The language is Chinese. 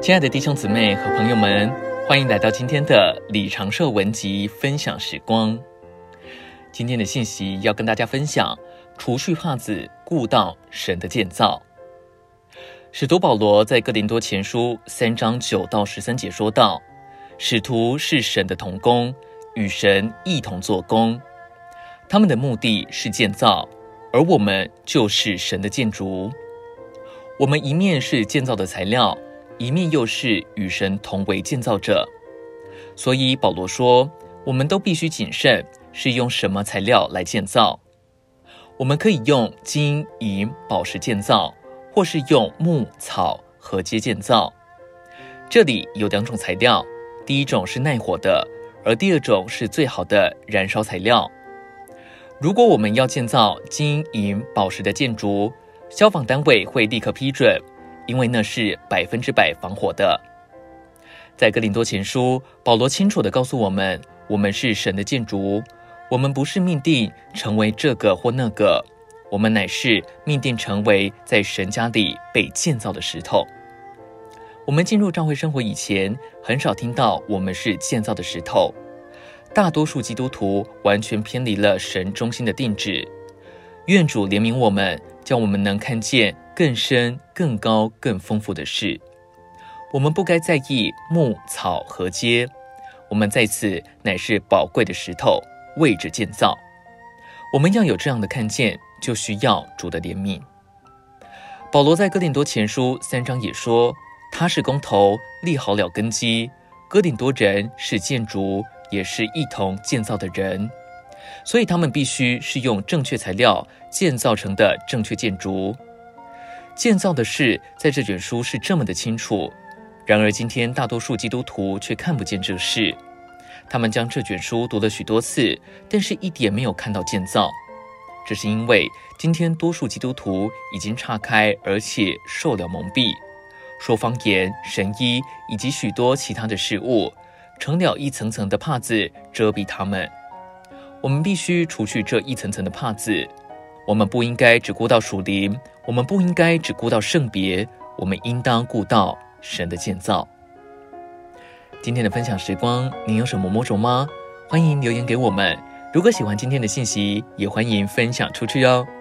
亲爱的弟兄姊妹和朋友们，欢迎来到今天的李长寿文集分享时光。今天的信息要跟大家分享，除去帕子，顾到神的建造。使徒保罗在哥林多前书3章9到13节说道，使徒是神的同工，与神一同做工，他们的目的是建造，而我们就是神的建筑。我们一面是建造的材料，一面又是与神同为建造者。所以保罗说，我们都必须谨慎，是用什么材料来建造。我们可以用金银宝石建造，或是用木草禾秸建造。这里有2种材料，第一种是耐火的，而第二种是最好的燃烧材料。如果我们要建造金银宝石的建筑，消防单位会立刻批准，因为那是100%防火的。在哥林多前书，保罗清楚地告诉我们，我们是神的建筑，我们不是命定成为这个或那个，我们乃是命定成为在神家里被建造的石头。我们进入教会生活以前，很少听到我们是建造的石头。大多数基督徒完全偏离了神中心的定旨。愿主怜悯我们，叫我们能看见更深、更高、更丰富的事。我们不该在意木草禾秸，我们在此乃是宝贵的石头，为着建造。我们要有这样的看见，就需要主的怜悯。保罗在哥林多前书3章也说，他是工头，立好了根基，哥林多人是建筑，也是一同建造的人，所以他们必须是用正确材料建造成的正确建筑。建造的事在这卷书是这么的清楚，然而今天大多数基督徒却看不见这事。他们将这卷书读了许多次，但是一点没有看到建造。这是因为今天多数基督徒已经岔开，而且受了蒙蔽，说方言、神医以及许多其他的事物，成了一层层的帕子遮蔽他们。我们必须除去这一层层的帕子。我们不应该只顾到属灵，我们不应该只顾到圣别，我们应当顾到神的建造。今天的分享时光，您有什么摸着吗？欢迎留言给我们。如果喜欢今天的信息，也欢迎分享出去哦。